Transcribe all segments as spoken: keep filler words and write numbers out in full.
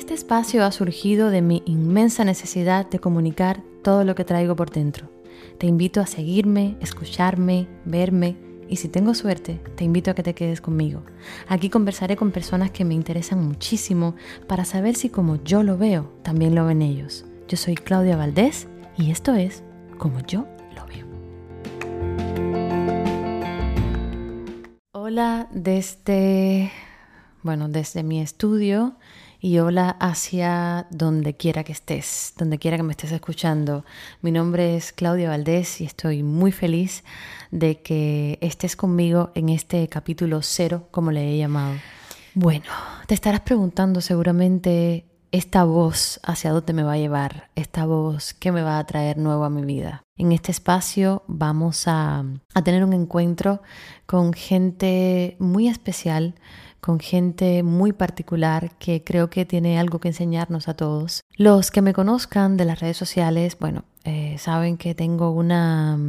Este espacio ha surgido de mi inmensa necesidad de comunicar todo lo que traigo por dentro. Te invito a seguirme, escucharme, verme y si tengo suerte, te invito a que te quedes conmigo. Aquí conversaré con personas que me interesan muchísimo para saber si como yo lo veo, también lo ven ellos. Yo soy Claudia Valdés y esto es Como Yo Lo Veo. Hola desde, bueno, desde mi estudio y hola hacia donde quiera que estés, donde quiera que me estés escuchando. Mi nombre es Claudia Valdés y estoy muy feliz de que estés conmigo en este capítulo cero, como le he llamado. Bueno, te estarás preguntando seguramente esta voz hacia dónde me va a llevar, esta voz que me va a traer nuevo a mi vida. En este espacio vamos a, a tener un encuentro con gente muy especial, con gente muy particular que creo que tiene algo que enseñarnos a todos. Los que me conozcan de las redes sociales, bueno, eh, saben que tengo una,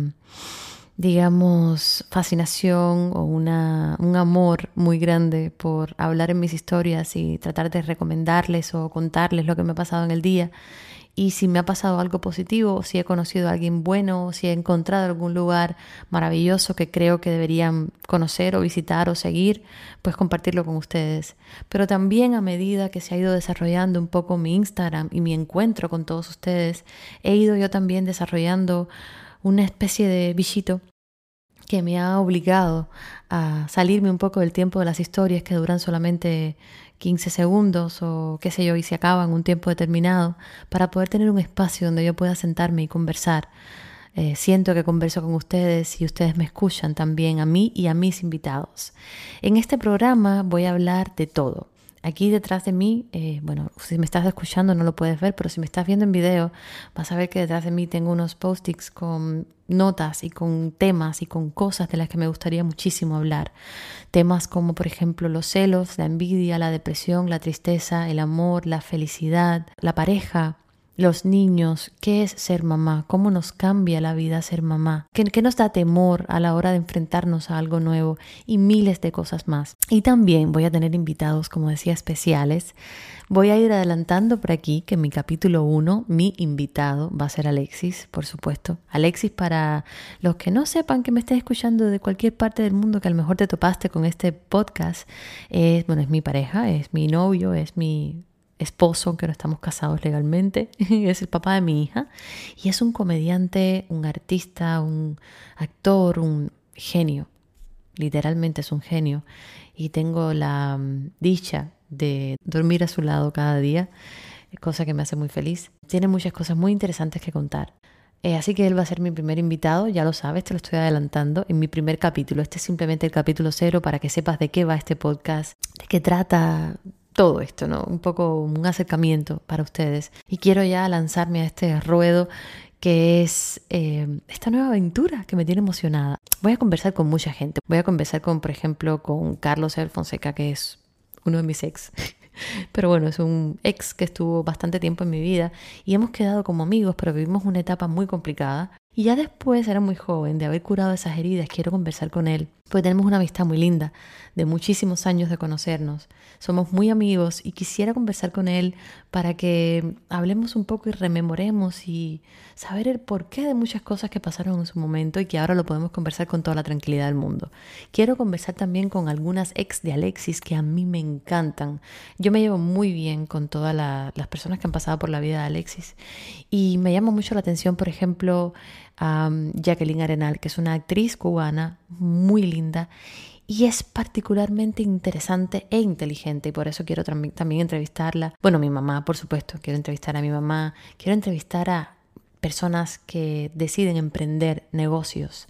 digamos, fascinación o una, un amor muy grande por hablar en mis historias y tratar de recomendarles o contarles lo que me ha pasado en el día. Y si me ha pasado algo positivo, o si he conocido a alguien bueno, o si he encontrado algún lugar maravilloso que creo que deberían conocer o visitar o seguir, pues compartirlo con ustedes. Pero también a medida que se ha ido desarrollando un poco mi Instagram y mi encuentro con todos ustedes, he ido yo también desarrollando una especie de bichito que me ha obligado a salirme un poco del tiempo de las historias que duran solamente quince segundos o qué sé yo, y se acaban un tiempo determinado, para poder tener un espacio donde yo pueda sentarme y conversar. Eh, siento que converso con ustedes y ustedes me escuchan también a mí y a mis invitados. En este programa voy a hablar de todo. Aquí detrás de mí, eh, bueno, si me estás escuchando no lo puedes ver, pero si me estás viendo en video, vas a ver que detrás de mí tengo unos post-its con notas y con temas y con cosas de las que me gustaría muchísimo hablar. Temas como, por ejemplo, los celos, la envidia, la depresión, la tristeza, el amor, la felicidad, la pareja, los niños, qué es ser mamá, cómo nos cambia la vida ser mamá, qué, qué nos da temor a la hora de enfrentarnos a algo nuevo y miles de cosas más. Y también voy a tener invitados, como decía, especiales. Voy a ir adelantando por aquí que en mi capítulo uno, mi invitado va a ser Alexis, por supuesto. Alexis, para los que no sepan, que me estén escuchando de cualquier parte del mundo, que a lo mejor te topaste con este podcast, es, bueno, es mi pareja, es mi novio, es mi esposo, aunque no estamos casados legalmente, es el papá de mi hija y es un comediante, un artista, un actor, un genio, literalmente es un genio y tengo la um, dicha de dormir a su lado cada día, cosa que me hace muy feliz. Tiene muchas cosas muy interesantes que contar. Eh, así que él va a ser mi primer invitado, ya lo sabes, te lo estoy adelantando en mi primer capítulo. Este es simplemente el capítulo cero para que sepas de qué va este podcast, de qué trata todo esto, ¿no? Un poco un acercamiento para ustedes. Y quiero ya lanzarme a este ruedo que es eh, esta nueva aventura que me tiene emocionada. Voy a conversar con mucha gente. Voy a conversar con, por ejemplo, con Carlos El Fonseca, que es uno de mis ex. Pero bueno, es un ex que estuvo bastante tiempo en mi vida y hemos quedado como amigos, pero vivimos una etapa muy complicada. Y ya después, era muy joven, de haber curado esas heridas, quiero conversar con él. Pues tenemos una amistad muy linda, de muchísimos años de conocernos. Somos muy amigos y quisiera conversar con él para que hablemos un poco y rememoremos y saber el porqué de muchas cosas que pasaron en su momento y que ahora lo podemos conversar con toda la tranquilidad del mundo. Quiero conversar también con algunas ex de Alexis que a mí me encantan. Yo me llevo muy bien con todas la, las personas que han pasado por la vida de Alexis y me llama mucho la atención, por ejemplo, a Jacqueline Arenal, que es una actriz cubana muy linda y es particularmente interesante e inteligente y por eso quiero tam- también entrevistarla. Bueno, mi mamá, por supuesto, quiero entrevistar a mi mamá, quiero entrevistar a personas que deciden emprender negocios.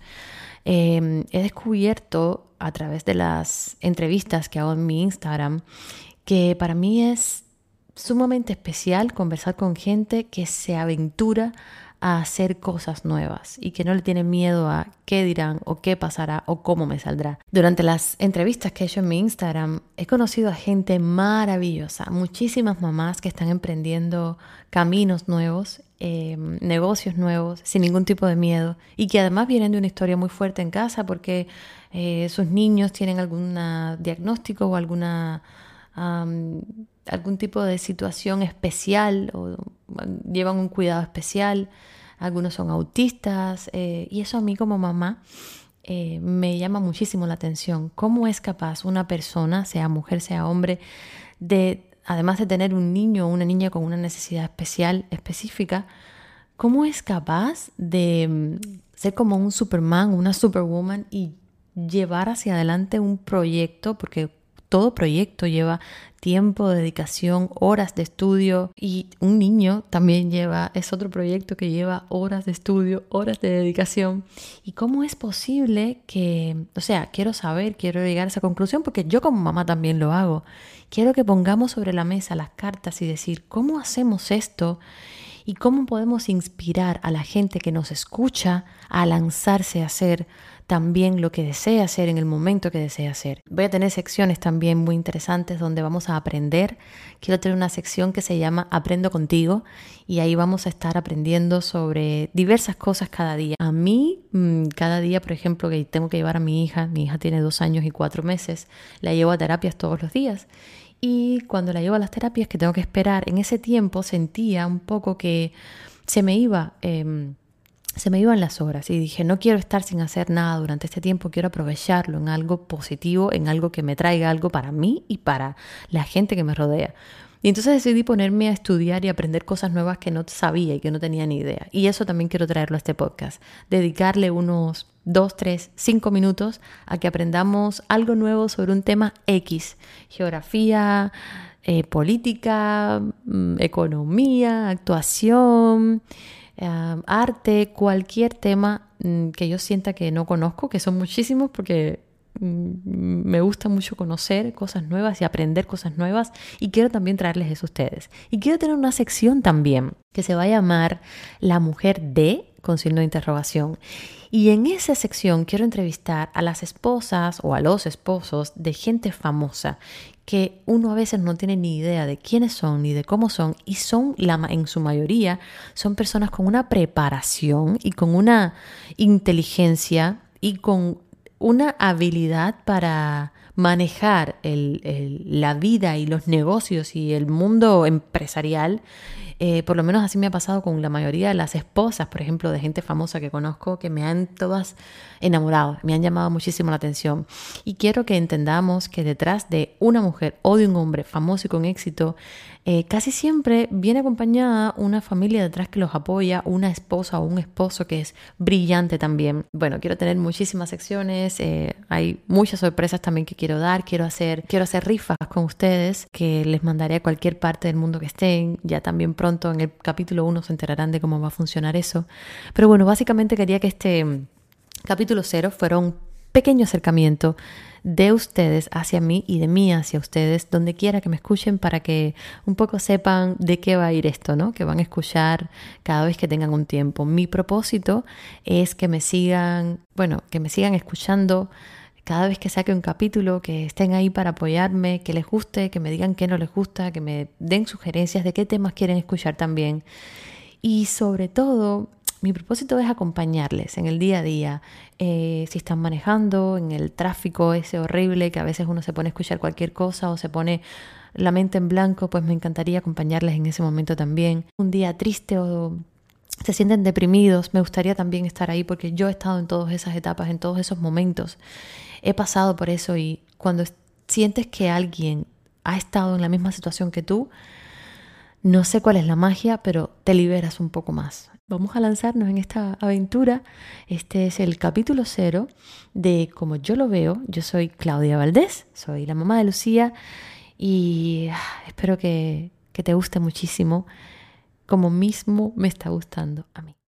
Eh, he descubierto a través de las entrevistas que hago en mi Instagram que para mí es sumamente especial conversar con gente que se aventura a hacer cosas nuevas y que no le tiene miedo a qué dirán o qué pasará o cómo me saldrá. Durante las entrevistas que he hecho en mi Instagram he conocido a gente maravillosa, muchísimas mamás que están emprendiendo caminos nuevos, eh, negocios nuevos, sin ningún tipo de miedo y que además vienen de una historia muy fuerte en casa porque eh, sus niños tienen algún diagnóstico o alguna... Um, algún tipo de situación especial o llevan un cuidado especial. Algunos son autistas eh, y eso a mí como mamá eh, me llama muchísimo la atención. ¿Cómo es capaz una persona, sea mujer, sea hombre, de, además de tener un niño o una niña con una necesidad especial, específica, cómo es capaz de ser como un Superman, una Superwoman y llevar hacia adelante un proyecto? Porque todo proyecto lleva tiempo, dedicación, horas de estudio, y un niño también lleva, es otro proyecto que lleva horas de estudio, horas de dedicación. ¿Y cómo es posible que, o sea, quiero saber, quiero llegar a esa conclusión porque yo como mamá también lo hago. Quiero que pongamos sobre la mesa las cartas y decir, ¿cómo hacemos esto? ¿Y cómo podemos inspirar a la gente que nos escucha a lanzarse a hacer también lo que desea hacer en el momento que desea hacer? Voy a tener secciones también muy interesantes donde vamos a aprender. Quiero tener una sección que se llama Aprendo Contigo y ahí vamos a estar aprendiendo sobre diversas cosas cada día. A mí, cada día, por ejemplo, que tengo que llevar a mi hija, mi hija tiene dos años y cuatro meses, la llevo a terapias todos los días. Y cuando la llevo a las terapias que tengo que esperar, en ese tiempo sentía un poco que se me iba, eh, se me iban las horas y dije, no quiero estar sin hacer nada durante este tiempo, quiero aprovecharlo en algo positivo, en algo que me traiga algo para mí y para la gente que me rodea. Y entonces decidí ponerme a estudiar y aprender cosas nuevas que no sabía y que no tenía ni idea. Y eso también quiero traerlo a este podcast. Dedicarle unos dos, tres, cinco minutos a que aprendamos algo nuevo sobre un tema X. Geografía, eh, política, economía, actuación, eh, arte, cualquier tema mm, que yo sienta que no conozco, que son muchísimos porque me gusta mucho conocer cosas nuevas y aprender cosas nuevas, y quiero también traerles eso a ustedes. Y quiero tener una sección también que se va a llamar La Mujer de, con signo de interrogación. Y en esa sección quiero entrevistar a las esposas o a los esposos de gente famosa que uno a veces no tiene ni idea de quiénes son ni de cómo son, y son, la, en su mayoría, son personas con una preparación y con una inteligencia y con una habilidad para manejar el, el, la vida y los negocios y el mundo empresarial. Eh, por lo menos así me ha pasado con la mayoría de las esposas, por ejemplo, de gente famosa que conozco, que me han todas enamorado, me han llamado muchísimo la atención. Y quiero que entendamos que detrás de una mujer o de un hombre famoso y con éxito, eh, casi siempre viene acompañada una familia detrás que los apoya, una esposa o un esposo que es brillante también. Bueno, quiero tener muchísimas secciones, eh, hay muchas sorpresas también que quiero dar, quiero hacer, quiero hacer rifas con ustedes que les mandaré a cualquier parte del mundo que estén. Ya también pronto en el capítulo uno se enterarán de cómo va a funcionar eso. Pero bueno, básicamente quería que este capítulo cero fuera un pequeño acercamiento de ustedes hacia mí y de mí hacia ustedes, donde quiera que me escuchen, para que un poco sepan de qué va a ir esto, ¿no? Que van a escuchar cada vez que tengan un tiempo. Mi propósito es que me sigan, bueno, que me sigan escuchando cada vez que saque un capítulo, que estén ahí para apoyarme, que les guste, que me digan qué no les gusta, que me den sugerencias de qué temas quieren escuchar también. Y sobre todo, mi propósito es acompañarles en el día a día, eh, si están manejando, en el tráfico ese horrible que a veces uno se pone a escuchar cualquier cosa o se pone la mente en blanco, pues me encantaría acompañarles en ese momento también. Un día triste o se sienten deprimidos, me gustaría también estar ahí porque yo he estado en todas esas etapas, en todos esos momentos. He pasado por eso, y cuando sientes que alguien ha estado en la misma situación que tú, no sé cuál es la magia, pero te liberas un poco más. Vamos a lanzarnos en esta aventura. Este es el capítulo cero de Como Yo Lo Veo. Yo soy Claudia Valdés, soy la mamá de Lucía, y espero que, que te guste muchísimo, como mismo me está gustando a mí.